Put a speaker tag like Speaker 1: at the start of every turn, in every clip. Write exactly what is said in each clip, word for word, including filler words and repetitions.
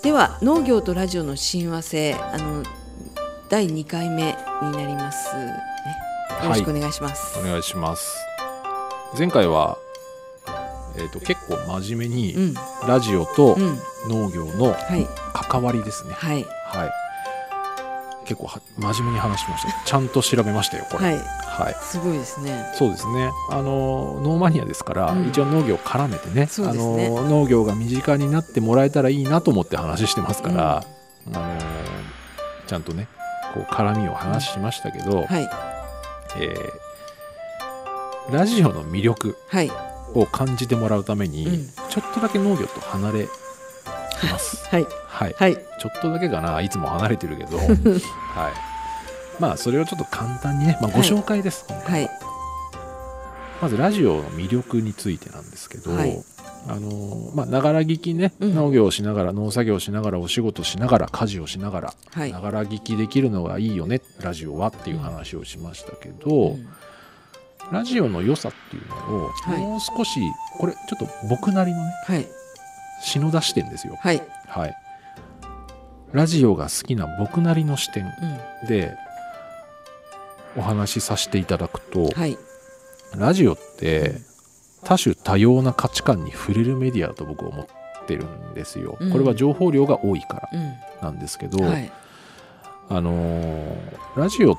Speaker 1: では農業とラジオの親和性、あのだいにかいめになりますね。よろしくお願いします。
Speaker 2: はい、お願いします。前回は、えーと、結構真面目に、うん、ラジオと農業の関わりですね、
Speaker 1: はい
Speaker 2: はい、結構は真面目に話しました。ちゃんと調べましたよこれ、
Speaker 1: はいはい、すごいですね。
Speaker 2: そうですね、あのノーマニアですから、うん、一応農業を絡めて ね,
Speaker 1: そうですね、
Speaker 2: あの農業が身近になってもらえたらいいなと思って話してますから、うん、あのちゃんとねこう絡みを話しましたけど、うん、はい、えー、ラジオの魅力を感じてもらうために、うん、ちょっとだけ農業と離れます、
Speaker 1: はい
Speaker 2: はい
Speaker 1: はい、
Speaker 2: ちょっとだけかな、いつも離れてるけどはい、まあそれをちょっと簡単にね、まあ、ご紹介です、はい、今回は、はい、まずラジオの魅力についてなんですけど、はい、あのまあながら聞きね、うん、農業をしながら農作業をしながらお仕事しながら家事をしながらながら聞きできるのがいいよねラジオはっていう話をしましたけど、うん、ラジオの良さっていうのを、はい、もう少しこれちょっと僕なりのね、はい、篠田視点ですよ、はいはい、ラジオが好きな僕なりの視点でお話しさせていただくと、はい、ラジオって多種多様な価値観に触れるメディアだと僕は思ってるんですよ、うん、これは情報量が多いからなんですけど、うんはい、あのー、ラジオって、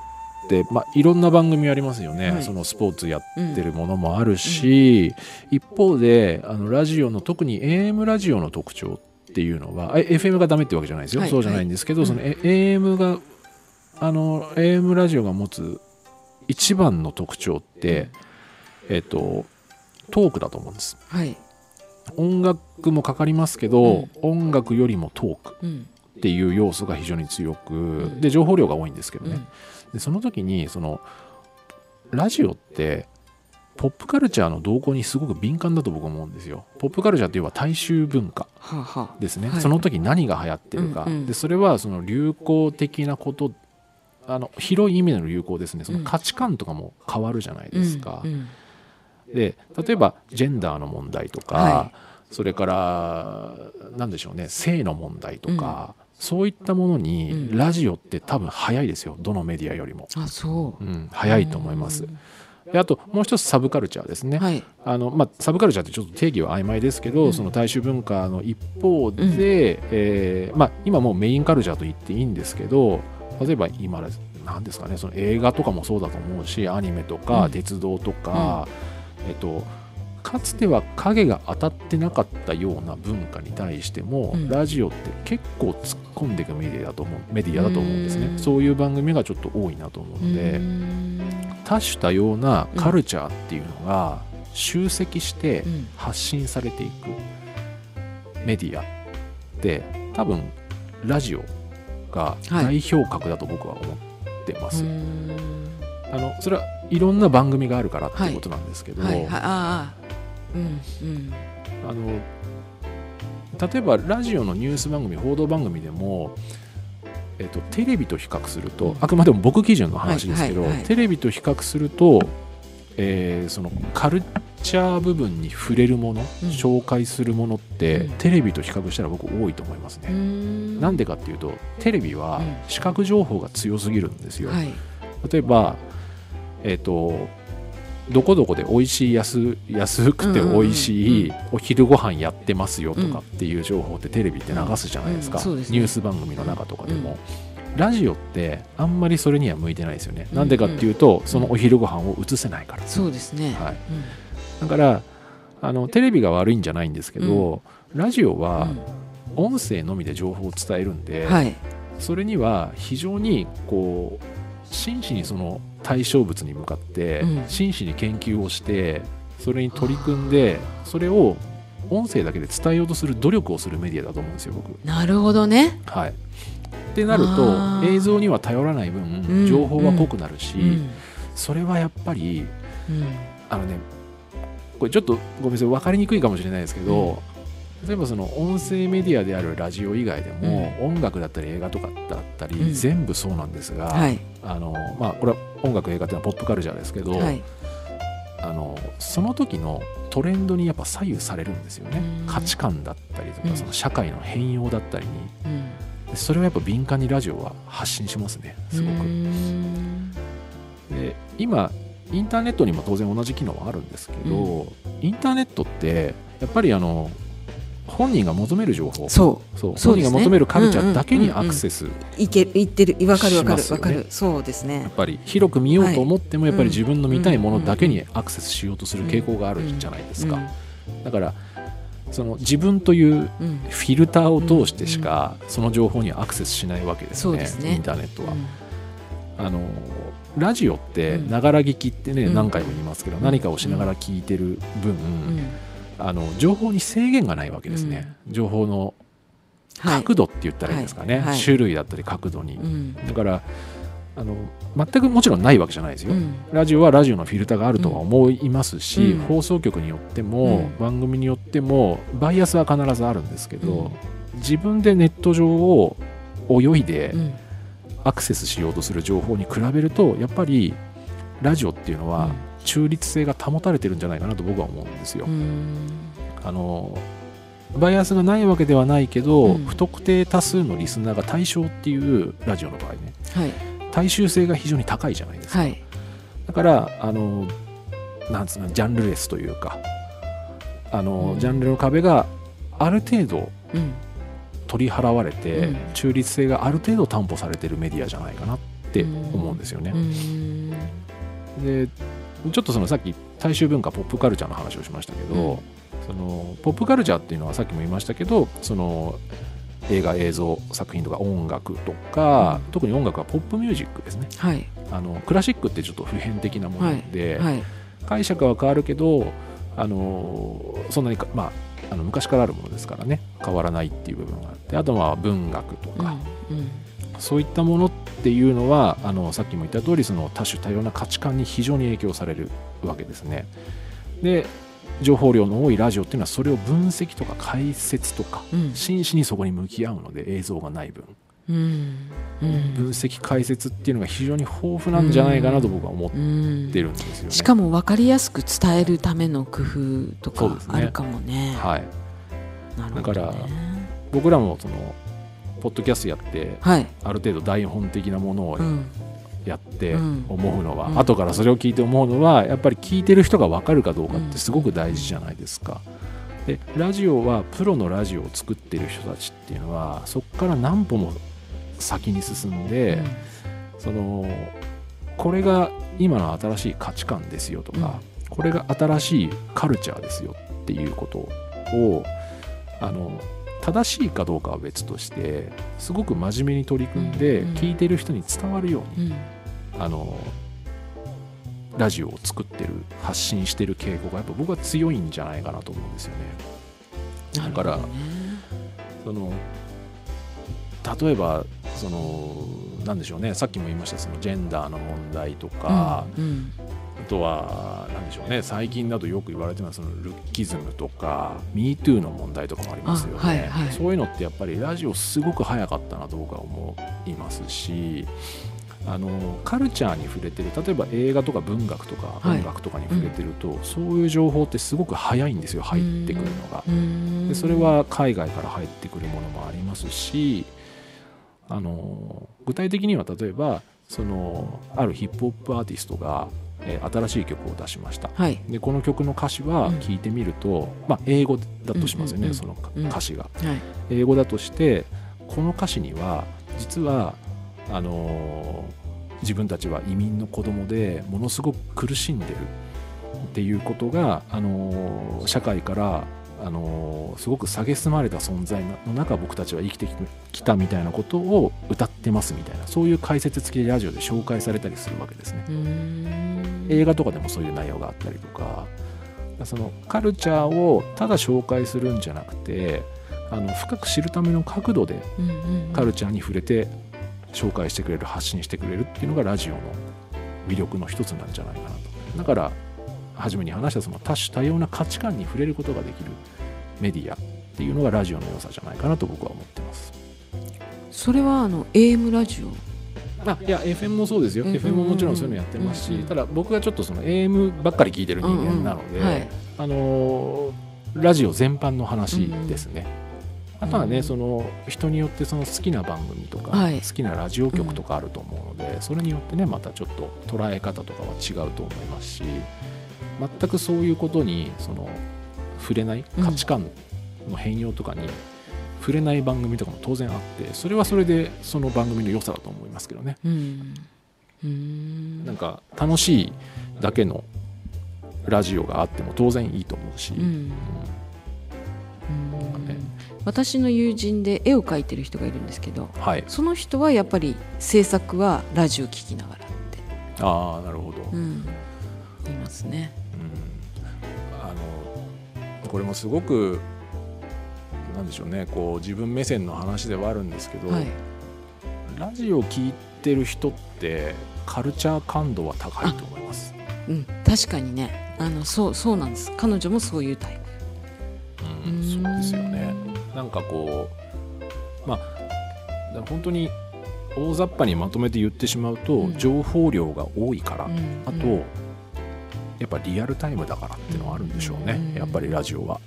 Speaker 2: まあ、いろんな番組ありますよね、はい、そのスポーツやってるものもあるし、うん、一方であのラジオの特に エーエム ラジオの特徴っていうのは エフエム がダメってわけじゃないですよ、はい、そうじゃないんですけど、はい、その エーエム があの エーエム ラジオが持つ一番の特徴って、うん、えっとトークだと思うんです、はい、音楽もかかりますけど、うん、音楽よりもトークっていう要素が非常に強く、うん、で情報量が多いんですけどね、うん、でその時にそのラジオってポップカルチャーの動向にすごく敏感だと僕は思うんですよ。ポップカルチャーというのは大衆文化ですね、はあはあ、その時何が流行ってるか、はい、でそれはその流行的なこと、あの広い意味での流行ですね、その価値観とかも変わるじゃないですか、うんうんうん、で例えばジェンダーの問題とか、はい、それから何でしょうね、性の問題とか、うん、そういったものにラジオって多分早いですよ、どのメディアよりも。
Speaker 1: あ、そう、
Speaker 2: うん、早いと思います。であともう一つサブカルチャーですね、はい、あのまあ、サブカルチャーってちょっと定義は曖昧ですけど、うん、その大衆文化の一方で、うんえーまあ、今もうメインカルチャーと言っていいんですけど、例えば今なんですかね、その映画とかもそうだと思うし、アニメとか、うん、鉄道とか、うんえっと、かつては影が当たってなかったような文化に対しても、うん、ラジオって結構突っ込んでいくメディアだと思うメディアだと思うんですね。そういう番組がちょっと多いなと思うので、多種多様なカルチャーっていうのが集積して発信されていくメディアって多分ラジオが代表格だと僕は思ってます、はい、あのそれはいろんな番組があるからっていうことなんですけど、はいはいはい、あうんうん、あの例えばラジオのニュース番組報道番組でもえっと、テレビと比較すると、あくまでも僕基準の話ですけど、はいはいはい、テレビと比較すると、えー、そのカルチャー部分に触れるもの、うん、紹介するものって、うん、テレビと比較したら僕多いと思いますね。なんでかっていうとテレビは視覚情報が強すぎるんですよ、うんはい、例えば、えーとどこどこで美味しい 安, 安くて美味しいお昼ご飯やってますよとかっていう情報ってテレビって流すじゃないですか、うんうんですね、ニュース番組の中とかでも、うん、ラジオってあんまりそれには向いてないですよね、うん、なんでかっていうとそのお昼ご飯を映せないから、うん、
Speaker 1: そうですね、
Speaker 2: はいうん、だからあのテレビが悪いんじゃないんですけど、うん、ラジオは音声のみで情報を伝えるんで、はい、それには非常にこう真摯にその対象物に向かって真摯に研究をしてそれに取り組んでそれを音声だけで伝えようとする努力をするメディアだと思うんですよ僕。
Speaker 1: なるほどね、
Speaker 2: はい、ってなると映像には頼らない分情報は濃くなるし、うんうん、それはやっぱり、うん、あのねこれちょっとごめんなさい分かりにくいかもしれないですけど、うん、例えばその音声メディアであるラジオ以外でも、うん、音楽だったり映画とかだったり、うん、全部そうなんですが、はい、あのまあ、これは音楽映画っていうのはポップカルチャーですけど、はい、あのその時のトレンドにやっぱ左右されるんですよね。価値観だったりとか、その社会の変容だったりに、うん、それをやっぱ敏感にラジオは発信しますね、すごく。で今インターネットにも当然同じ機能はあるんですけど、うん、インターネットってやっぱりあの本人が求める情報、
Speaker 1: そう
Speaker 2: そう本人が求めるカルチャーだけにアクセス
Speaker 1: いけいってる、分かる分かる分かる、そうですね。
Speaker 2: やっぱり広く見ようと思っても、やっぱり自分の見たいものだけにアクセスしようとする傾向があるじゃないですか。だからその自分というフィルターを通してしかその情報にはアクセスしないわけですね、インターネットは。あのラジオってながら聞きってね、何回も言いますけど、何かをしながら聞いてる分、あの情報に制限がないわけですね、うん、情報の角度って言ったらいいんですかね、はいはい、種類だったり角度に、うん、だからあの全くもちろんないわけじゃないですよ、うん、ラジオはラジオのフィルターがあるとは思いますし、うん、放送局によっても、うん、番組によってもバイアスは必ずあるんですけど、うん、自分でネット上を泳いでアクセスしようとする情報に比べると、やっぱりラジオっていうのは、うん、中立性が保たれてるんじゃないかなと僕は思うんですよ。あのバイアスがないわけではないけど、うん、不特定多数のリスナーが対象っていうラジオの場合ね、はい、大衆性が非常に高いじゃないですか、はい、だからあのなんつうのジャンルレスというか、あの、うん、ジャンルの壁がある程度取り払われて、うん、中立性がある程度担保されてるメディアじゃないかなって思うんですよね、うんうん、でちょっとそのさっき大衆文化ポップカルチャーの話をしましたけど、うん、そのポップカルチャーっていうのはさっきも言いましたけど、その映画映像作品とか音楽とか、うん、特に音楽はポップミュージックですね、はい、あのクラシックってちょっと普遍的なもので、はいはい、解釈は変わるけどあのそんなにか、まあ、あの昔からあるものですからね、変わらないっていう部分があって、あとは文学とか、うんうん、そういったものっていうのはあのさっきも言った通り、その多種多様な価値観に非常に影響されるわけですね。で情報量の多いラジオっていうのはそれを分析とか解説とか、うん、真摯にそこに向き合うので、映像がない分、うんうん、分析解説っていうのが非常に豊富なんじゃないかなと僕は思ってるんですよね、
Speaker 1: うんうん、しかも分かりやすく伝えるための工夫とかあるかも ね, ね、はい、なるほどね。だから僕らもそのポッドキャストやって、はい、ある程度台本的なものをやって思うのは、うんうん、後からそれを聞いて思うのは、やっぱり聞いてる人が分かるかどうかってすごく大事じゃないですか。でラジオはプロのラジオを作ってる人たちっていうのはそこから何歩も先に進んで、うん、そのこれが今の新しい価値観ですよとか、うん、これが新しいカルチャーですよっていうことをあの正しいかどうかは別としてすごく真面目に取り組んで、うん、聞いてる人に伝わるように、うん、あのラジオを作ってる発信してる傾向がやっぱ僕は強いんじゃないかなと思うんですよね。だから、ね、その例えばそのなんでしょうね、さっきも言いましたそのジェンダーの問題とか、うんうん、あとはなんでしょうね、最近だとよく言われてるのはそのルッキズムとか ミートゥー の問題とかもありますよね、はいはい、そういうのってやっぱりラジオすごく早かったなと僕は思いますし、あのカルチャーに触れてる、例えば映画とか文学とか音楽とかに触れてると、はい、そういう情報ってすごく早いんですよ、入ってくるのが。でそれは海外から入ってくるものもありますし、あの具体的には例えばそのあるヒップホップアーティストが、えー、新しい曲を出しました、はい、でこの曲の歌詞は聞いてみると、うんまあ、英語だとしますよね、うんうんうん、その歌詞が、うんはい、英語だとしてこの歌詞には実はあのー、自分たちは移民の子供でものすごく苦しんでるっていうことが、あのー、社会からあのー、すごく蔑まれた存在の中僕たちは生きてきたみたいなことを歌ってますみたいな、そういう解説付きでラジオで紹介されたりするわけですね。うーん映画とかでもそういう内容があったりとか、そのカルチャーをただ紹介するんじゃなくて、あの深く知るための角度でカルチャーに触れて紹介してくれる、発信してくれるっていうのがラジオの魅力の一つなんじゃないかなと。だから初めに話したその多種多様な価値観に触れることができるメディアっていうのがラジオの良さじゃないかなと僕は思ってます。 それはあの エーエム ラジオあ
Speaker 2: いや エフエム もそうですよ、うんうんうん、エフエム ももちろんそういうのやってますし、うんうん、ただ僕がちょっとその エーエム ばっかり聞いてる人間なので、うんうんはい、あのー、ラジオ全般の話ですね、うんうん、あとはね、うん、その人によってその好きな番組とか、はい、好きなラジオ局とかあると思うので、うん、それによってねまたちょっと捉え方とかは違うと思いますし、全くそういうことにその触れない価値観の変容とかに触れない番組とかも当然あって、それはそれでその番組の良さだと思いますけどね、うん、うーんなんか楽しいだけのラジオがあっても当然いいと思うし、うんうん
Speaker 1: うんね、私の友人で絵を描いてる人がいるんですけど、はい、その人はやっぱり制作はラジオ聞きながらって。
Speaker 2: ああなるほど、
Speaker 1: うん、言いますね、
Speaker 2: うん、あのこれもすごくなんでしょうね、こう自分目線の話ではあるんですけど、はい、ラジオ聞いてる人ってカルチャー感度は高いと思います。
Speaker 1: うん、確かにね、あのそうそうなんです。彼女もそういうタイ
Speaker 2: プ。うん、そうですよね。なんかこうまあ本当に大雑把にまとめて言ってしまうと、うん、情報量が多いから、うん、あと、うん、やっぱリアルタイムだからっていうのはあるんでしょうね、うん、やっぱりラジオは。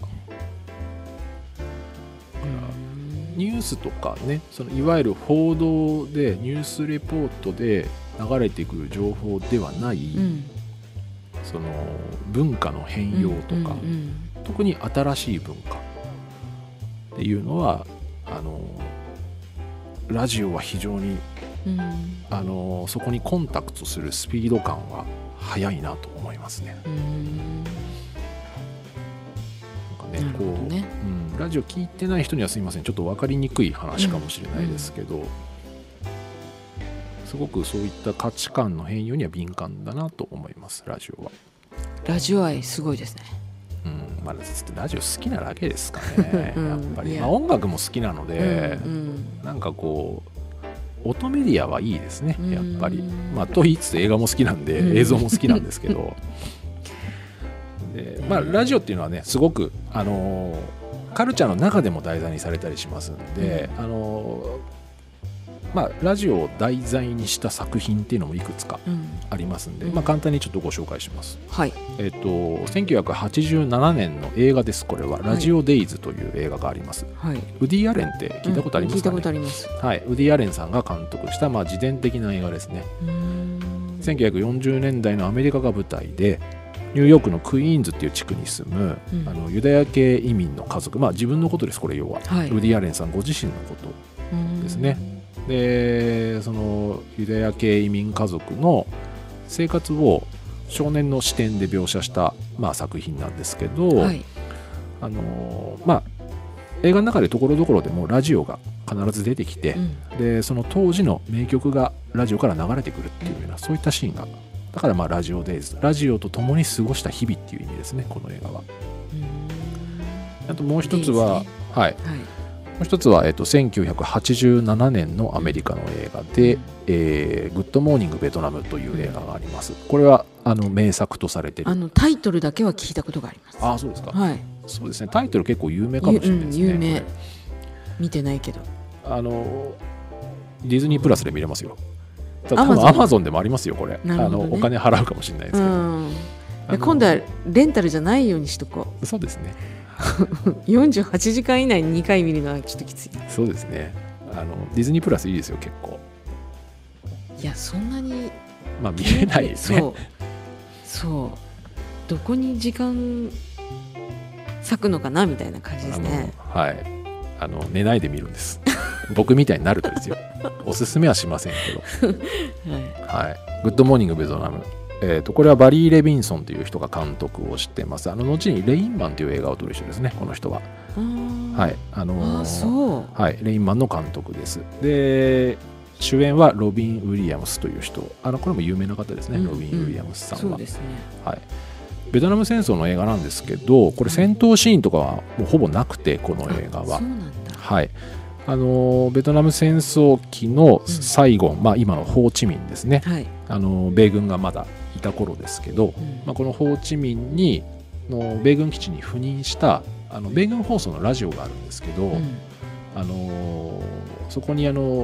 Speaker 2: ニュースとかね、そのいわゆる報道でニュースレポートで流れてくる情報ではない、うん、その文化の変容とか、うんうんうん、特に新しい文化っていうのはあのラジオは非常に、うん、あのそこにコンタクトするスピード感は速いなと思いますね。うんねこうねうん、ラジオ聞いてない人にはすいません、ちょっと分かりにくい話かもしれないですけど、うんうん、すごくそういった価値観の変容には敏感だなと思います。ラジオは。
Speaker 1: ラジオ愛すごいですね。
Speaker 2: うんまあ、ラジオ好きなだけですかね、うん、やっぱり、まあ、音楽も好きなので、うんうん、なんかこう音メディアはいいですねやっぱり、まあ、と言いつつ映画も好きなんで、うん、映像も好きなんですけどでまあ、ラジオっていうのはねすごく、あのー、カルチャーの中でも題材にされたりしますんで、うんあのーまあ、ラジオを題材にした作品っていうのもいくつかありますんで、うんまあ、簡単にちょっとご紹介します、はいえー、とせんきゅうひゃくはちじゅうななねんの映画です。これはラジオデイズという映画があります、はい、ウディ・アレンって聞いたことありますかね、うん、聞いたことあります、はい、ウディ・アレンさんが監督した、まあ、自伝的な映画ですね。うーんせんきゅうひゃくよんじゅうねんだいのアメリカが舞台でニューヨークのクイーンズっていう地区に住む、うん、あのユダヤ系移民の家族、まあ自分のことですこれ要は、はい、ウディ・アレンさんご自身のことですね。でそのユダヤ系移民家族の生活を少年の視点で描写した、まあ、作品なんですけど、はい、あのまあ映画の中でところどころでもラジオが必ず出てきて、うん、でその当時の名曲がラジオから流れてくるっていうような、うん、そういったシーンがだからまあラジオデイズ、ラジオと共に過ごした日々っていう意味ですね、この映画は。あともう一つは、ねはいはい、もう一つは、えっと、せんきゅうひゃくはちじゅうななねんのアメリカの映画で、えー、グッドモーニングベトナムという映画があります。これはあの名作とされている。
Speaker 1: あのタイトルだけは聞いたことがあります。
Speaker 2: ああそうですか、はい、そうですね、タイトル結構有名かもしれないですね、
Speaker 1: うん、有名。見てないけど
Speaker 2: あのディズニープラスで見れますよ。多分アマゾンでもありますよこれ、ね、あのお金払うかもしれないですけど、うん
Speaker 1: 今度はレンタルじゃないようにしとこ
Speaker 2: う。そうですね
Speaker 1: よんじゅうはちじかん以内ににかい見るのはちょっときつい。
Speaker 2: そうですね、あのディズニープラスいいですよ結構。
Speaker 1: いやそんなに
Speaker 2: まあ見れないですね。
Speaker 1: そうそうどこに時間割くのかなみたいな感じですね。
Speaker 2: はいあの寝ないで見るんです僕みたいになるとですよおすすめはしませんけどはい、はい、グッドモーニングベトナム、えー、とこれはバリー・レビンソンという人が監督をしてます。あの後にレインマンという映画を撮る人ですねこの人は。はいあのー、そうはいレインマンの監督です。で主演はロビン・ウィリアムスという人、あのこれも有名な方ですね、うん、ロビン・ウィリアムスさんは、うん、そうですね、はい、ベトナム戦争の映画なんですけど、これ戦闘シーンとかはもうほぼなくてこの映画は。そうなんだ。はいあのベトナム戦争期のサイゴン、うんまあ、今のホーチミンですね、はい、あの米軍がまだいた頃ですけど、うんまあ、このホーチミンにの米軍基地に赴任したあの米軍放送のラジオがあるんですけど、うん、あのそこにあの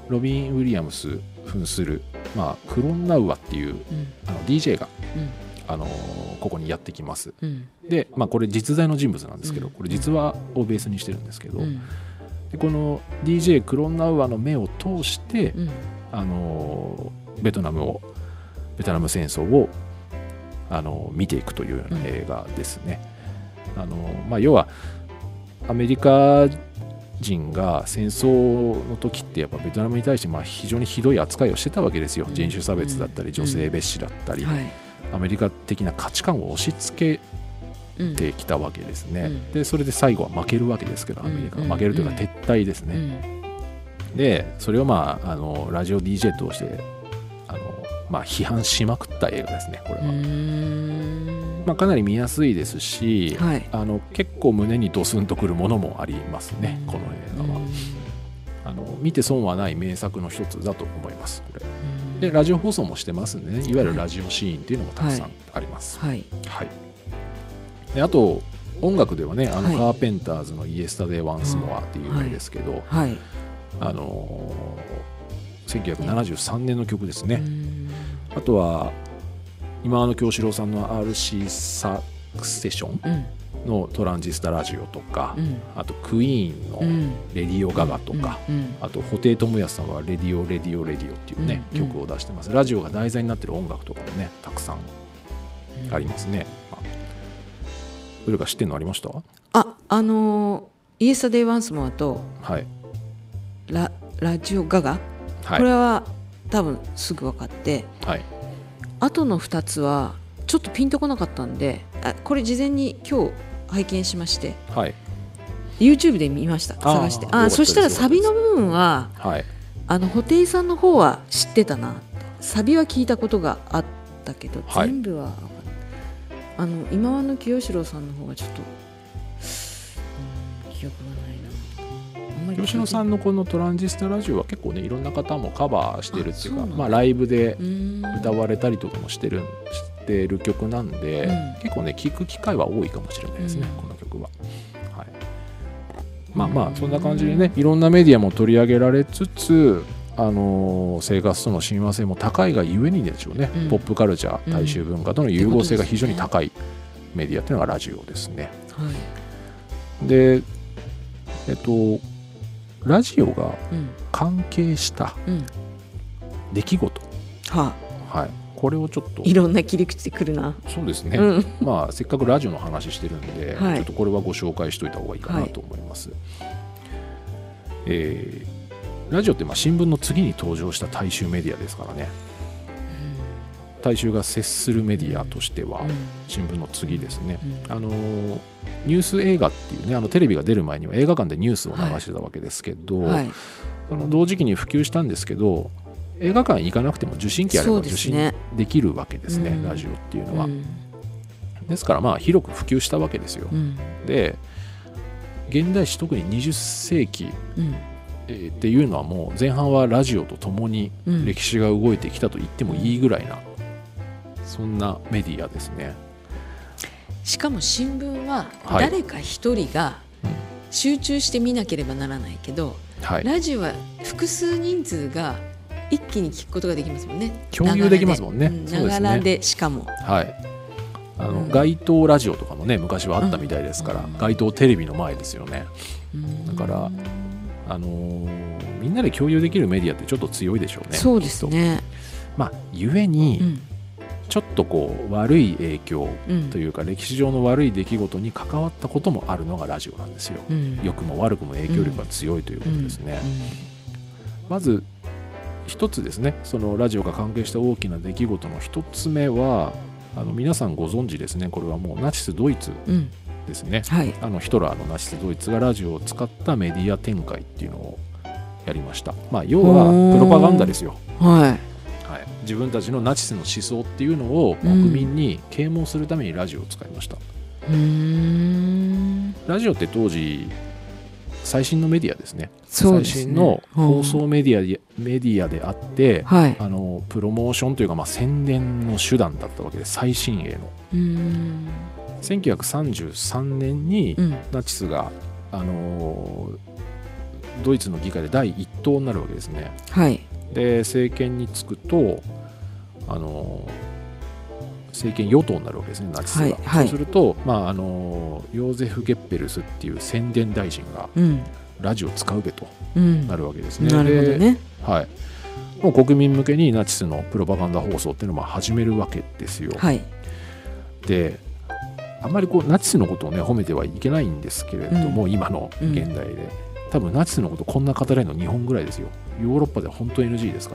Speaker 2: ロビン・ウィリアムス扮する、まあ、クロンナウアっていう、うん、あの ディージェー が、うんあのー、ここにやってきます、うん、で、まあ、これ実在の人物なんですけど、これ実話をベースにしてるんですけど、うん、でこの ディージェー クロンナウアの目を通して、うんあのー、ベトナムをベトナム戦争を、あのー、見ていくというような映画ですね、うんあのーまあ、要はアメリカ人が戦争の時ってやっぱベトナムに対してまあ非常にひどい扱いをしてたわけですよ、うん、人種差別だったり女性蔑視だったり、うんはい、アメリカ的な価値観を押し付けてきたわけですね、うん、でそれで最後は負けるわけですけどアメリカは負けるというか撤退ですね、うん、でそれをまああのラジオ ディージェー としてあの、まあ、批判しまくった映画ですねこれは。まあ、かなり見やすいですし、はい、あの結構胸にドスンとくるものもありますねこの映画は。あの見て損はない名作の一つだと思いますこれでラジオ放送もしてますんでねいわゆるラジオシーンっていうのもたくさんあります、はいはい、であと音楽ではねあの、はい、カーペンターズのイエスタデイ・ワンスモアっていう有名ですけど、はいはい、あのせんきゅうひゃくななじゅうさんねんの曲ですね。あとは今の京志郎さんの アールシー サクセションのトランジスタラジオとか、うん、あとクイーンのレディオガガとか、うんうんうん、あと布袋寅泰さんはレディオレディオレディオっていうね、うんうん、曲を出してます。ラジオが題材になってる音楽とかもねたくさんありますね。どれか知ってるのありました？
Speaker 3: あ、あのー、イエスタデイワンスモアと、はい、ラ, ラジオガガ、はい、これは多分すぐ分かって、はい、あとのふたつはちょっとピンとこなかったんで、あこれ事前に今日拝見しまして、はい、YouTube で見ました探して、ああそしたらサビの部分は、はい、あの布袋さんの方は知ってたな、サビは聞いたことがあったけど、はい、全部はあの今和の清志郎さんの方がちょっと、うん、記憶がないな。
Speaker 2: 清志郎さんのこのトランジスタラジオは結構ねいろんな方もカバーしてるっていうか、まあ、ライブで歌われたりとかもしてるしてる曲なんで、うん、結構ね聴く機会は多いかもしれないですね、うん、この曲は、はい、まあまあそんな感じでねいろんなメディアも取り上げられつつ、あのー、生活との親和性も高いがゆえにでしょうね、うん、ポップカルチャー大衆文化との融合性が非常に高いメディアっていうのがラジオですね、はい、でえっとラジオが関係した出来事、うんはあはい、これをちょっと
Speaker 3: いろんな切り口でくるな。
Speaker 2: そうですね、うんまあ、せっかくラジオの話してるんで、はい、ちょっとこれはご紹介しといた方がいいかなと思います、はいえー、ラジオってまあ新聞の次に登場した大衆メディアですからね、うん、大衆が接するメディアとしては新聞の次ですね、うん、あのーニュース映画っていうねあのテレビが出る前には映画館でニュースを流してたわけですけど、はいはい、その同時期に普及したんですけど映画館行かなくても受信機あれば受信できるわけですね、うん、ラジオっていうのは、うん、ですからまあ広く普及したわけですよ、うん、で現代史特ににじゅっせいき、うんえー、っていうのはもう前半はラジオとともに歴史が動いてきたと言ってもいいぐらいな、うん、そんなメディアですね。
Speaker 3: しかも新聞は誰か一人が集中して見なければならないけど、はい、ラジオは複数人数が一気に聞くことができますもんね。
Speaker 2: 共有できますもんね。
Speaker 3: ながらでしかも、
Speaker 2: はい、あの、うん、街頭ラジオとかもね昔はあったみたいですから、うん、街頭テレビの前ですよね、うん、だから、あのー、みんなで共有できるメディアってちょっと強いでしょうね。
Speaker 3: そうですね。
Speaker 2: まあゆえに、うんちょっとこう悪い影響というか、うん、歴史上の悪い出来事に関わったこともあるのがラジオなんですよ、うん、良くも悪くも影響力が強いということですね、うんうん、まず一つですねそのラジオが関係した大きな出来事の一つ目はあの皆さんご存知ですねこれはもうナチスドイツですね、うんはい、あのヒトラーのナチスドイツがラジオを使ったメディア展開っていうのをやりました。まあ要はプロパガンダですよ。はいはい、自分たちのナチスの思想っていうのを国民に啓蒙するためにラジオを使いました、うん、ラジオって当時最新のメディアですね。そうですね、最新の放送メディアで、うん、メディアであって、はい、あのプロモーションというか、まあ、宣伝の手段だったわけで最新鋭のうんせんきゅうひゃくさんじゅうさんねんにナチスが、あのドイツの議会でだいいっ党になるわけですね。
Speaker 3: はい、
Speaker 2: で政権につくとあの政権与党になるわけですね、ナチスが。はいはい、そうすると、まあ、あのヨーゼフ・ゲッペルスっていう宣伝大臣が、うん、ラジオを使うべとなるわけですね。
Speaker 3: うん、なるほどね。
Speaker 2: はい、もう国民向けにナチスのプロパガンダ放送っていうのを始めるわけですよ。
Speaker 3: はい、
Speaker 2: であんまりこうナチスのことを、ね、褒めてはいけないんですけれども、うん、今の現代で、うん、多分ナチスのことこんな語れるの日本ぐらいですよ。ヨーロッパでは本当 エヌジー ですから。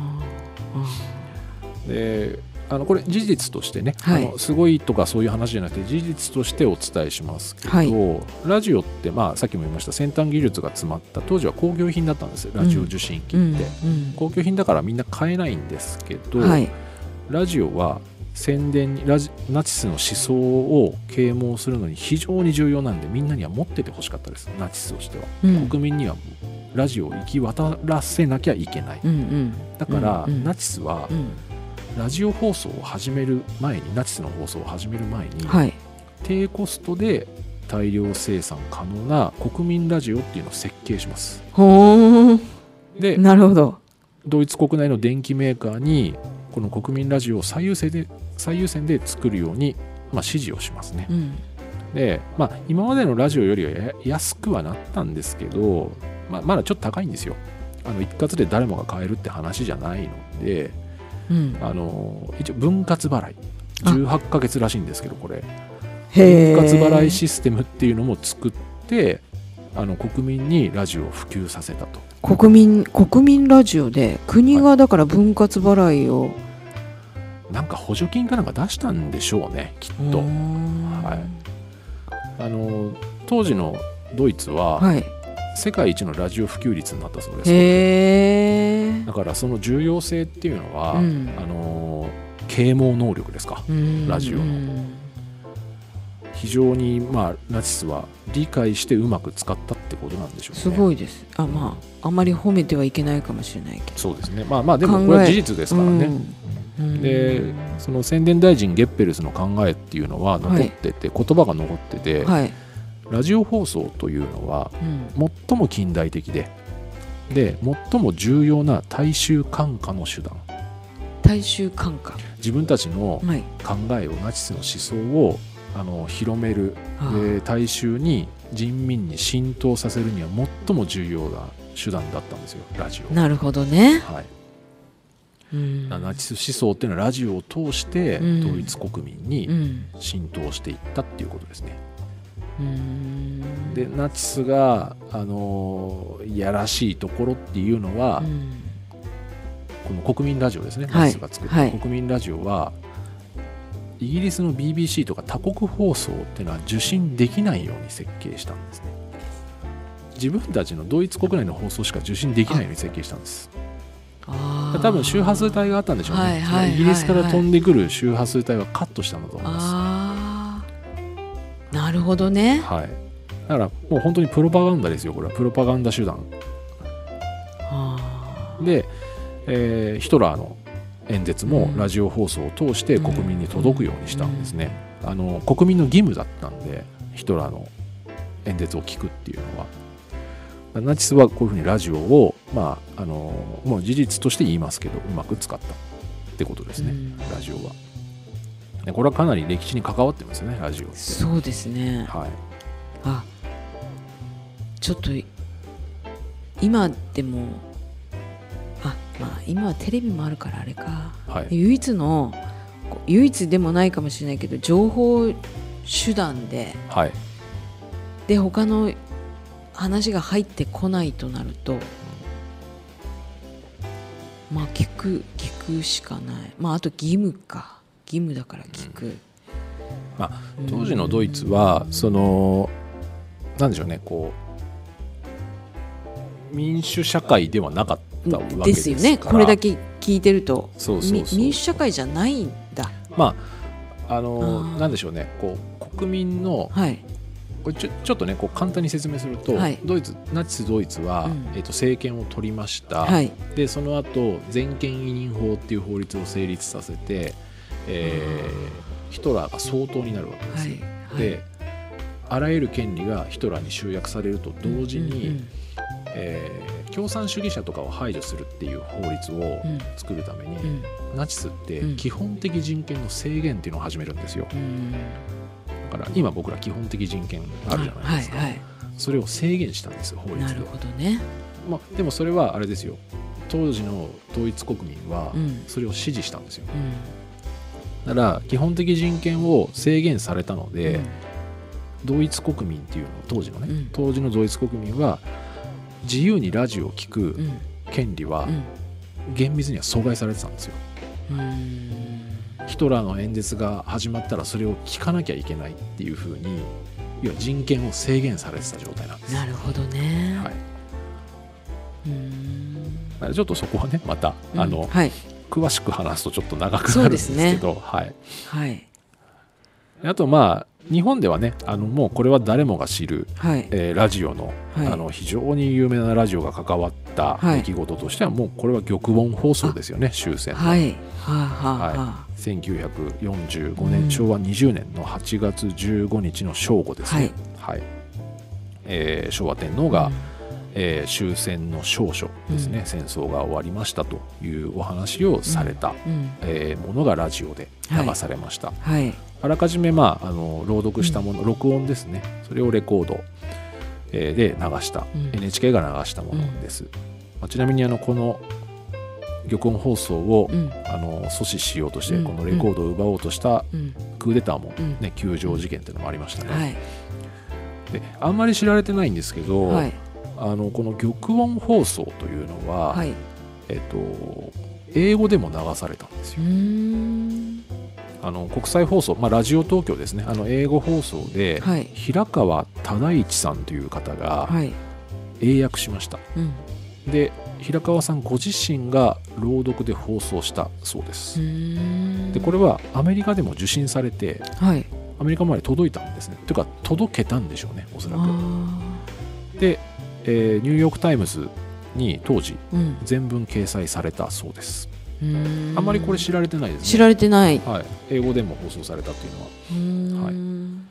Speaker 2: であのこれ事実としてね、はい、あのすごいとかそういう話じゃなくて事実としてお伝えしますけど、はい、ラジオって、まあ、さっきも言いました先端技術が詰まった当時は工業品だったんですよ、ラジオ受信機って、うんうんうん、工業品だからみんな買えないんですけど、はい、ラジオは宣伝にラジナチスの思想を啓蒙するのに非常に重要なんでみんなには持っててほしかったです。ナチスとしては、うん、国民にはラジオを行き渡らせなきゃいけない、うんうん、だから、うんうん、ナチスは、うんラジオ放送を始める前にナチスの放送を始める前に、はい、低コストで大量生産可能な国民ラジオっていうのを設計します。
Speaker 3: ほーでなるほど。
Speaker 2: ドイツ国内の電機メーカーにこの国民ラジオを最優先で最優先で作るように、まあ、指示をしますね、うん、で、まあ、今までのラジオよりは安くはなったんですけど、まあ、まだちょっと高いんですよ。あの一括で誰もが買えるって話じゃないので、うん、あの一応分割払いじゅうはちかげつらしいんですけど、これ分割払いシステムっていうのも作ってあの国民にラジオを普及させたと。
Speaker 3: 国民国民ラジオで国がだから分割払いを、はい、
Speaker 2: なんか補助金かなんか出したんでしょうねきっと、はい、あの当時のドイツは、はい、世界一のラジオ普及率になったそうです。
Speaker 3: へー。
Speaker 2: だからその重要性っていうのは、うん、あの啓蒙能力ですか、ラジオの非常に、まあ、ナチスは理解してうまく使ったってことなんでしょうね。
Speaker 3: すごいです。あ、まあ、あまり褒めてはいけないかもしれないけど。
Speaker 2: そうですね。まあまあでもこれは事実ですからね。うん、でその宣伝大臣ゲッペルスの考えっていうのは残ってて、はい、言葉が残ってて、はい、ラジオ放送というのは、うん、最も近代的でで最も重要な大衆感化の手段。
Speaker 3: 大衆感化、
Speaker 2: 自分たちの考えを、ナチスの思想をあの広める、で大衆に人民に浸透させるには最も重要な手段だったんですよ、ラジオ。
Speaker 3: なるほどね、
Speaker 2: はい。うん、ナチス思想っていうのはラジオを通してドイツ国民に浸透していったっていうことですね。うん、でナチスが、あのー、いやらしいところっていうのは、うん、この国民ラジオですね、ナチスが作った国民ラジオは、はい、イギリスの ビービーシー とか他国放送っていうのは受信できないように設計したんですね。自分たちのドイツ国内の放送しか受信できないように設計したんです。あ多分周波数帯があったんでしょうね、はいはいはいはい、イギリスから飛んでくる周波数帯はカットしたんだと思います。
Speaker 3: あなるほどね、
Speaker 2: はい、だからもう本当にプロパガンダですよ。これはプロパガンダ手段で、えー、ヒトラーの演説もラジオ放送を通して国民に届くようにしたんですね、うんうん、あの国民の義務だったんでヒトラーの演説を聞くっていうのは。ナチスはこういうふうにラジオを、まあ、あのもう事実として言いますけどうまく使ったってことですね、うん、ラジオは。でこれはかなり歴史に関わってますね、ラジオって。
Speaker 3: そうですね、
Speaker 2: はい、
Speaker 3: あちょっと今でもあ、まあ、今はテレビもあるからあれか、はい、唯一の唯一でもないかもしれないけど情報手段で、はい、で他の話が入ってこないとなると、まあ聞く聞くしかない。まああと義務か、義務だから聞く、うん
Speaker 2: まあ、当時のドイツはそのなんでしょうね、こう民主社会ではなかったわけですから。
Speaker 3: ですよね。これだけ聞いてるとそうそうそう民主社会じゃないんだ。
Speaker 2: まああのあなんでしょうね、こう国民の、はいこれちょ、ちょっとねこう簡単に説明すると、はい、ドイツナチスドイツは、うんえー、と政権を取りました、はい、でその後全権委任法っていう法律を成立させて、えー、ヒトラーが総統になるわけですよ、はいはい、であらゆる権利がヒトラーに集約されると同時に、うんうんうんえー、共産主義者とかを排除するっていう法律を作るために、うん、ナチスって基本的人権の制限っていうのを始めるんですよ、うん、だから今僕ら基本的人権あるじゃないですか、はいはい、それを制限したんですよ法律で。
Speaker 3: なるほどね。
Speaker 2: まあ、でもそれはあれですよ、当時の統一国民はそれを支持したんですよ、うん、だから基本的人権を制限されたので、うん、ドイツ国民っていうの当時のね、うん、当時のドイツ国民は自由にラジオを聞く権利は厳密には阻害されてたんですよ、うん、ヒトラーの演説が始まったらそれを聞かなきゃいけないっていうふうに、要は人権を制限されてた状態なんです。
Speaker 3: なるほどね、はい、
Speaker 2: うーん、ちょっとそこはねまた、うん、あの、はい、詳しく話すとちょっと長くなるんですけど、ね、はいはい、あとまあ日本ではね、あのもうこれは誰もが知る、はい、えー、ラジオの、はい、あの非常に有名なラジオが関わった出来事としては、はい、もうこれは玉音放送ですよね、終戦の、はいはあはあはい、せんきゅうひゃくよんじゅうごねん、うん、しょうわにじゅうねんのはちがつじゅうごにちの正午ですね、はいはい、えー、昭和天皇が、うん、えー、終戦の詔書ですね、うん、戦争が終わりましたというお話をされた、うんうん、えー、ものがラジオで流されました、はいはい、あらかじめ、まあ、あの朗読したもの、うん、録音ですね、それをレコード、えー、で流した、うん、エヌエイチケー が流したものです、うん、まあ、ちなみにあのこの玉音放送を、うん、あの阻止しようとして、うん、このレコードを奪おうとしたクーデターも、ね、宮城事件というのもありましたね、はい、であんまり知られてないんですけど、はい、あのこの玉音放送というのは、はい、えっと、英語でも流されたんですよ。うーん、あの国際放送、まあ、ラジオ東京ですね、あの英語放送で、はい、平川忠一さんという方が英訳しました、はい、で平川さんご自身が朗読で放送したそうです。うーん、でこれはアメリカでも受信されて、はい、アメリカまで届いたんですね。というか届けたんでしょうね、おそらく。で、えー、ニューヨークタイムズに当時、うん、全文掲載されたそうです。うーん、あんまりこれ知られてないですね。
Speaker 3: 知られてない、
Speaker 2: はい、英語でも放送されたっていうのは。うーん、はい、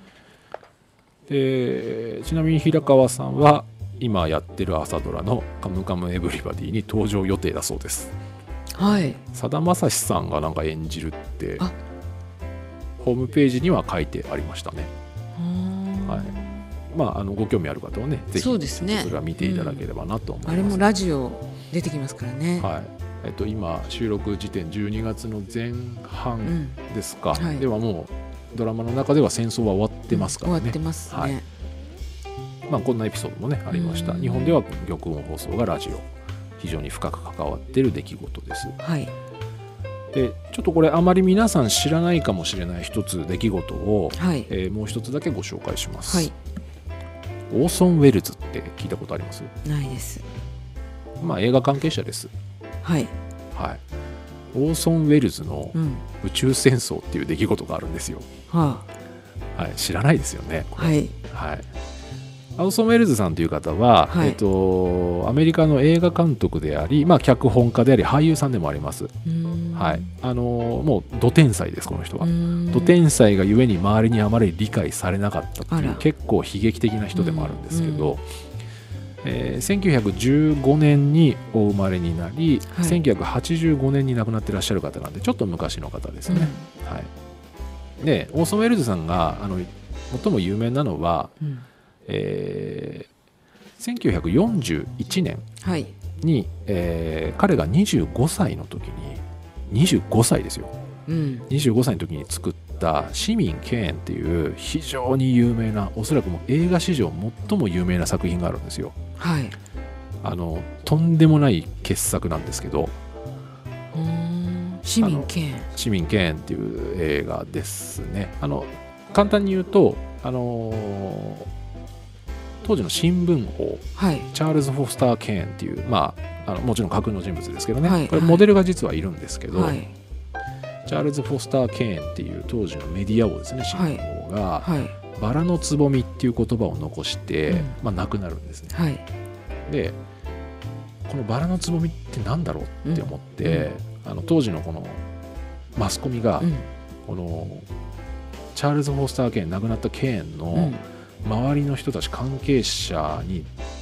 Speaker 2: でちなみに平川さんは今やってる朝ドラのカムカムエヴリバディに登場予定だそうです。はい、さだまさしさんがなんか演じるってホームページには書いてありましたね。はい、まあ、あのご興味ある方はね、ぜひそれは見ていただければなと思います、
Speaker 3: うん、あれもラジオ出てきますからね。
Speaker 2: はい、えっと、今収録時点じゅうにがつの前半ですか、うん、はい、ではもうドラマの中では戦争は終わってますからね、うん、終わってますね、はい、まあ、こんなエピソードもねありました。日本では玉音放送がラジオ非常に深く関わっている出来事です、はい、でちょっとこれあまり皆さん知らないかもしれない一つ出来事を、はい、えー、もう一つだけご紹介します、はい、オーソン・ウェルズって聞いたことあります？
Speaker 3: ないです。
Speaker 2: まあ映画関係者です。はい、はい、オーソン・ウェルズの宇宙戦争っていう出来事があるんですよ、うん、はあ、はい、知らないですよねこれ。はい、はい、オーソン・ウェルズさんという方は、はい、えっと、アメリカの映画監督であり、まあ、脚本家であり俳優さんでもあります。はい、あのもうど天才です、この人は。ど天才がゆえに周りにあまり理解されなかったっていう結構悲劇的な人でもあるんですけど、えー、せんきゅうひゃくじゅうごねんにお生まれになり、はい、せんきゅうひゃくはちじゅうごねんに亡くなっていらっしゃる方なんでちょっと昔の方ですね、うん、はい、でオーソン・ウェルズさんがあの最も有名なのは、うん、えー、せんきゅうひゃくよんじゅういちねんに、はい、えー、彼がにじゅうごさいの時ににじゅうごさいですよ、うん、にじゅうごさいの時に作った市民ケーンっていう非常に有名な、おそらくもう映画史上最も有名な作品があるんですよ、はい、あのとんでもない傑作なんですけど、
Speaker 3: うーん、市民ケーン
Speaker 2: 市民ケーンっていう映画ですね。あの簡単に言うと、あのー、当時の新聞王、はい、チャールズ・フォスター・ケーンっていう、まあ、あのもちろん架空の人物ですけどね、はい、これモデルが実はいるんですけど、はい、チャールズ・フォスター・ケーンっていう当時のメディア王ですね、新聞王が、はいはい、バラのつぼみっていう言葉を残して、うん、まあ、亡くなるんですね、はい、でこのバラのつぼみってなんだろうって思って、うん、あの当時のこのマスコミが、うん、このチャールズ・フォスター・ケーン、亡くなったケーンの周りの人たち、関係者に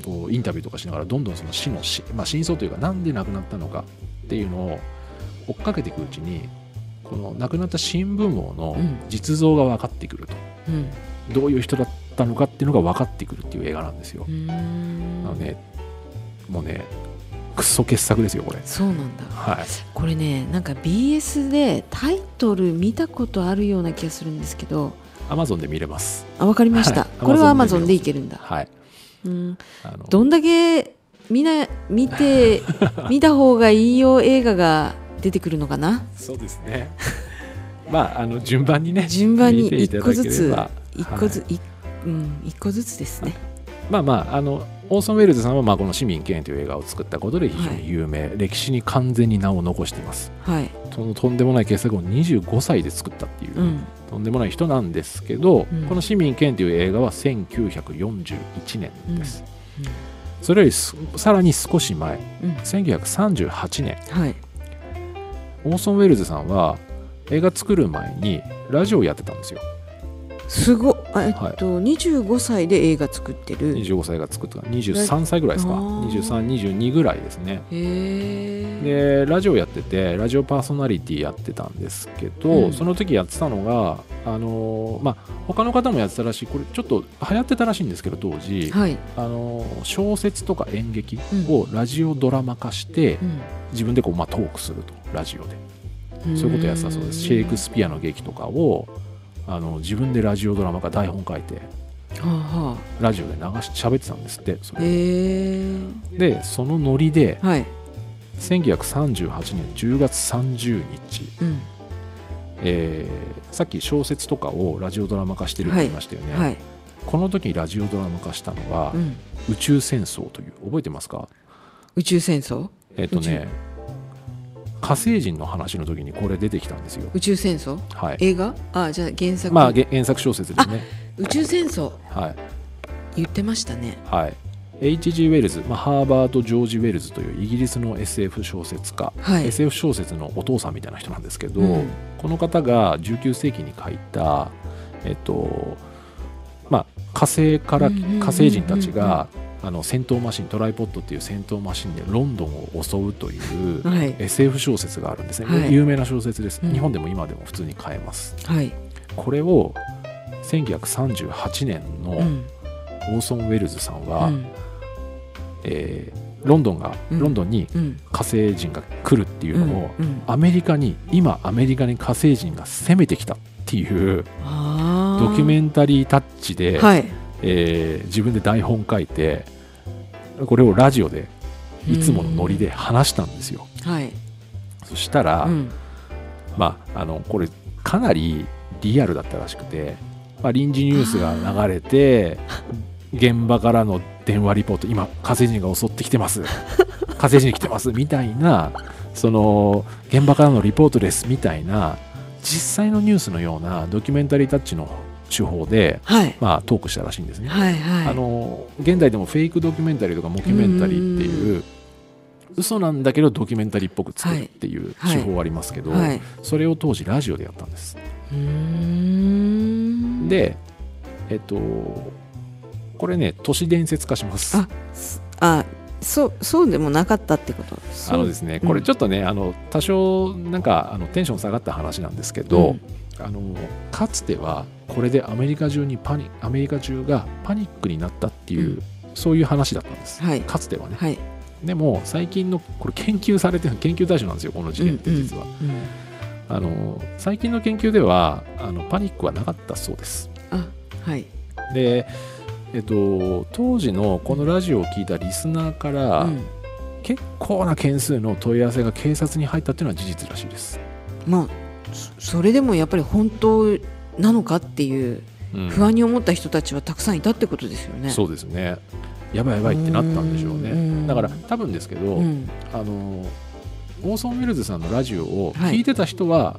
Speaker 2: こうインタビューとかしながらどんどんその死の死、まあ、真相というかなんで亡くなったのかっていうのを追っかけていくうちにこの亡くなった新聞王の実像が分かってくると、うん、どういう人だったのかっていうのが分かってくるっていう映画なんですよ。なのでもうねクソ傑作ですよこれ。
Speaker 3: そうなんだ、
Speaker 2: はい、
Speaker 3: これねなんか ビーエス でタイトル見たことあるような気がするんですけど、
Speaker 2: アマゾンで見れます。
Speaker 3: あ、わかりました、はい、これはアマゾンでいけるんだ。
Speaker 2: はい、
Speaker 3: うん、あのどんだけみんな見て見た方がいいよ映画が出てくるのかな。
Speaker 2: そうですねまああの順番にね
Speaker 3: 順番に一個ずつ一個ずつ、はい、うん、一個ずつですね。
Speaker 2: まあまああのオーソン・ウェルズさんはまあこの市民権という映画を作ったことで非常に有名、はい、歴史に完全に名を残しています、はい、そのとんでもない傑作をにじゅうごさいで作ったっていう、うん、とんでもない人なんですけど、うん、この市民権という映画はせんきゅうひゃくよんじゅういちねんです、うんうん、それよりさらに少し前、うん、せんきゅうひゃくさんじゅうはちねん、はい、オーソン・ウェルズさんは映画作る前にラジオをやってたんですよ。
Speaker 3: すごえっと、はい、にじゅうごさいで映画作ってる。
Speaker 2: にじゅうごさいが作ったにじゅうさんさいぐらいですか。にじゅうさん、にじゅうにぐらいですね。へでラジオやっててラジオパーソナリティやってたんですけど、うん、その時やってたのがあのまあ他の方もやってたらしい、これちょっと流行ってたらしいんですけど当時、はい、あの小説とか演劇をラジオドラマ化して、うん、自分でこう、まあ、トークするとラジオで、うん、そういうことやってたそうです。シェイクスピアの劇とかをあの自分でラジオドラマか台本書いて、はあはあ、ラジオで流し喋ってたんですって。それでそのノリで、はい、せんきゅうひゃくさんじゅうはちねんじゅうがつさんじゅうにち、うんえー、さっき小説とかをラジオドラマ化してるって言いましたよね、はいはい、この時にラジオドラマ化したのは、うん、宇宙戦争という、覚えてますか？
Speaker 3: 宇宙戦争
Speaker 2: えっ、ー、とね火星人の話の時にこれ出てきたんですよ。
Speaker 3: 宇宙戦争、はい、映画あじゃあ原作、
Speaker 2: まあ、原作小説ですね。
Speaker 3: 宇宙戦争、はい、言ってましたね。
Speaker 2: はい、エイチジー ウェルズ、まあ、ハーバード・ジョージ・ウェルズというイギリスの エスエフ 小説家、はい、エスエフ 小説のお父さんみたいな人なんですけど、うん、この方がじゅうきゅうせいきに書いた、えっとまあ、火星から火星人たちがあの戦闘マシントライポッドっていう戦闘マシンでロンドンを襲うという、はい、エスエフ 小説があるんですね、はい、有名な小説です、うん、日本でも今でも普通に買えます、はい、これをせんきゅうひゃくさんじゅうはちねんのオーソン・ウェルズさんは、うんえー、ロンドンが、うん、ロンドンに火星人が来るっていうのを、うんうん、アメリカに今アメリカに火星人が攻めてきたっていうドキュメンタリータッチで、はいえー、自分で台本書いてこれをラジオでいつものノリで話したんですよ、はい、そしたら、うん、まああのこれかなりリアルだったらしくて、まあ、臨時ニュースが流れて現場からの電話リポート、今火星人が襲ってきてます火星人来てますみたいな、その現場からのリポートですみたいな実際のニュースのようなドキュメンタリータッチの手法で、はいまあ、トークしたらしいんですね、はいはい、あの現代でもフェイクドキュメンタリーとかモキュメンタリーっていう嘘なんだけどドキュメンタリーっぽく作るっていう手法ありますけど、はいはい、それを当時ラジオでやったんです。うーんでえっとこれね都市伝説化します。
Speaker 3: ああそうそうでもなかったってこと。
Speaker 2: あのですねこれちょっとね、うん、あの多少なんかあのテンション下がった話なんですけど、うんあのかつてはこれでアメリカ中にパニアメリカ中がパニックになったっていう、うん、そういう話だったんです、はい、かつてはね、はい、でも最近のこれ研究されてる研究対象なんですよこの事件って実は、うんうんうん、あの最近の研究ではあのパニックはなかったそうです。あ、はい、で、えっと、当時のこのラジオを聞いたリスナーから、うん、結構な件数の問い合わせが警察に入ったっていうのは事実らしいです。
Speaker 3: まあそれでもやっぱり本当なのかっていう不安に思った人たちはたくさんいたってことですよね、うん、
Speaker 2: そうですね。やばいやばいってなったんでしょうね。だから多分ですけど、うん、あのオーソン・ウェルズさんのラジオを聞いてた人は、はい、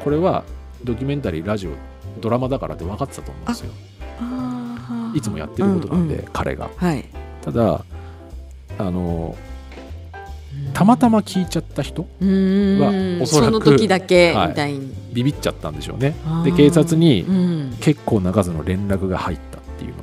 Speaker 2: これはドキュメンタリーラジオドラマだからって分かってたと思うんですよ。ああいつもやってることなんで、うんうん、彼が、はい、ただあのたまたま聞いちゃった人はおそらく
Speaker 3: その時だけみたいに、はい、
Speaker 2: ビビっちゃったんでしょうね。で警察に結構な数の連絡が入ったっていうの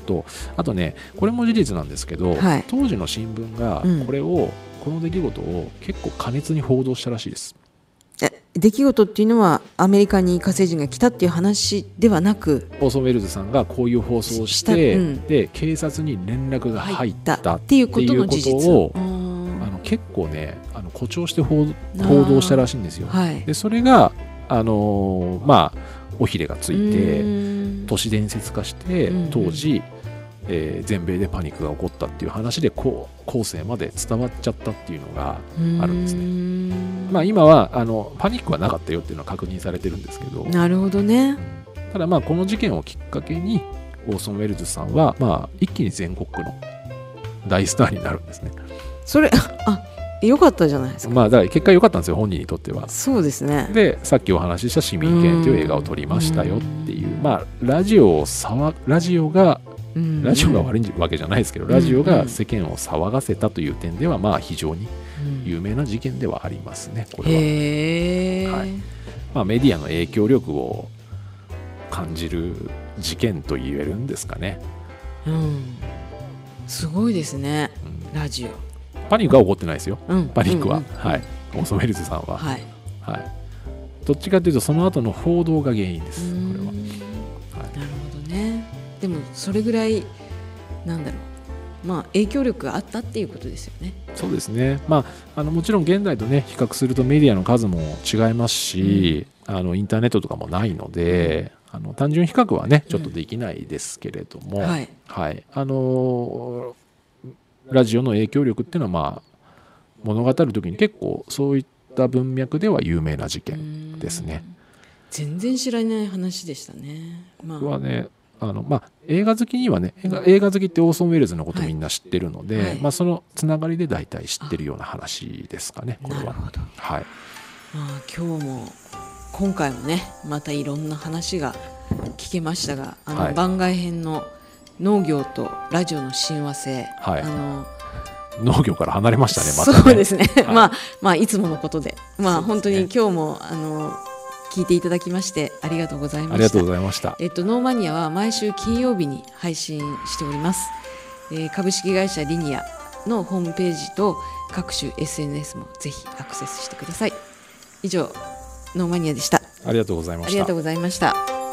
Speaker 2: と、あとねこれも事実なんですけど、はい、当時の新聞がこれを、うん、この出来事を結構過熱に報道したらしいです。
Speaker 3: 出来事っていうのはアメリカに火星人が来たっていう話ではなく、
Speaker 2: オーソン・ウェルズさんがこういう放送をして、うん、で警察に連絡が入ったっていうことをあの結構ねあの誇張して報道したらしいんですよ。はい、でそれがあのー、まあ尾ひれがついて都市伝説化して当時、えー、全米でパニックが起こったっていう話でこう後世まで伝わっちゃったっていうのがあるんですね。まあ、今はあのパニックはなかったよっていうのは確認されてるんですけど、
Speaker 3: なるほどね。
Speaker 2: ただまあこの事件をきっかけにオーソン・ウェルズさんはまあ一気に全国の大スターになるんですね。
Speaker 3: それあ良かったじゃないですか。
Speaker 2: まあだから結果良かったんですよ、本人にとっては。
Speaker 3: そうですね。
Speaker 2: でさっきお話しした市民権という映画を撮りましたよっていう、まあラジオを騒ラジオがラジオが悪いわけじゃないですけど、ラジオが世間を騒がせたという点ではまあ非常に有名な事件ではありますね、これは。
Speaker 3: へー、はい。
Speaker 2: まあ、メディアの影響力を感じる事件と言えるんですかね。
Speaker 3: うん、すごいですね、うん、ラジオ。
Speaker 2: パニックは起こってないですよ、うん、パニックは、うんうんうん、はい、オーソン・ウェルズさんは、はいはい、どっちかというとその後の報道が原因です、これは。はい、なる
Speaker 3: ほどね。でもそれぐらいなんだろう、まあ、影響力があったっていうことですよね。
Speaker 2: そうですね、まあ、あのもちろん現代と、ね、比較するとメディアの数も違いますし、うん、あのインターネットとかもないので、あの単純比較はねちょっとできないですけれども、うんはいはい、あのラジオの影響力っていうのは、まあ、物語る時に結構そういった文脈では有名な事件ですね。
Speaker 3: 全然知らない話でしたね。
Speaker 2: まあ、僕はねあのまあ、映画好きにはね映画、映画好きってオーソン・ウェルズのことみんな知ってるので、はいはい、まあ、そのつながりで大体知ってるような話ですかね、これは。なるほど、はい。
Speaker 3: まあ、今日も今回もねまたいろんな話が聞けましたが、あの、はい、番外編の農業とラジオの親和性、はい、あの
Speaker 2: 農業から離れましたね、またね。
Speaker 3: そうですね、はい、まあ、まあいつものことで、まあ、本当に今日もあの聞いていただきましてありがとうございました。
Speaker 2: ありがとうございました。
Speaker 3: えっと、ノーマニアは毎週金曜日に配信しております。えー、株式会社リニアのホームページと各種 エスエヌエス もぜひアクセスしてください。以上、ノーマニアでした。
Speaker 2: ありがとうございました。
Speaker 3: ありがとうございました。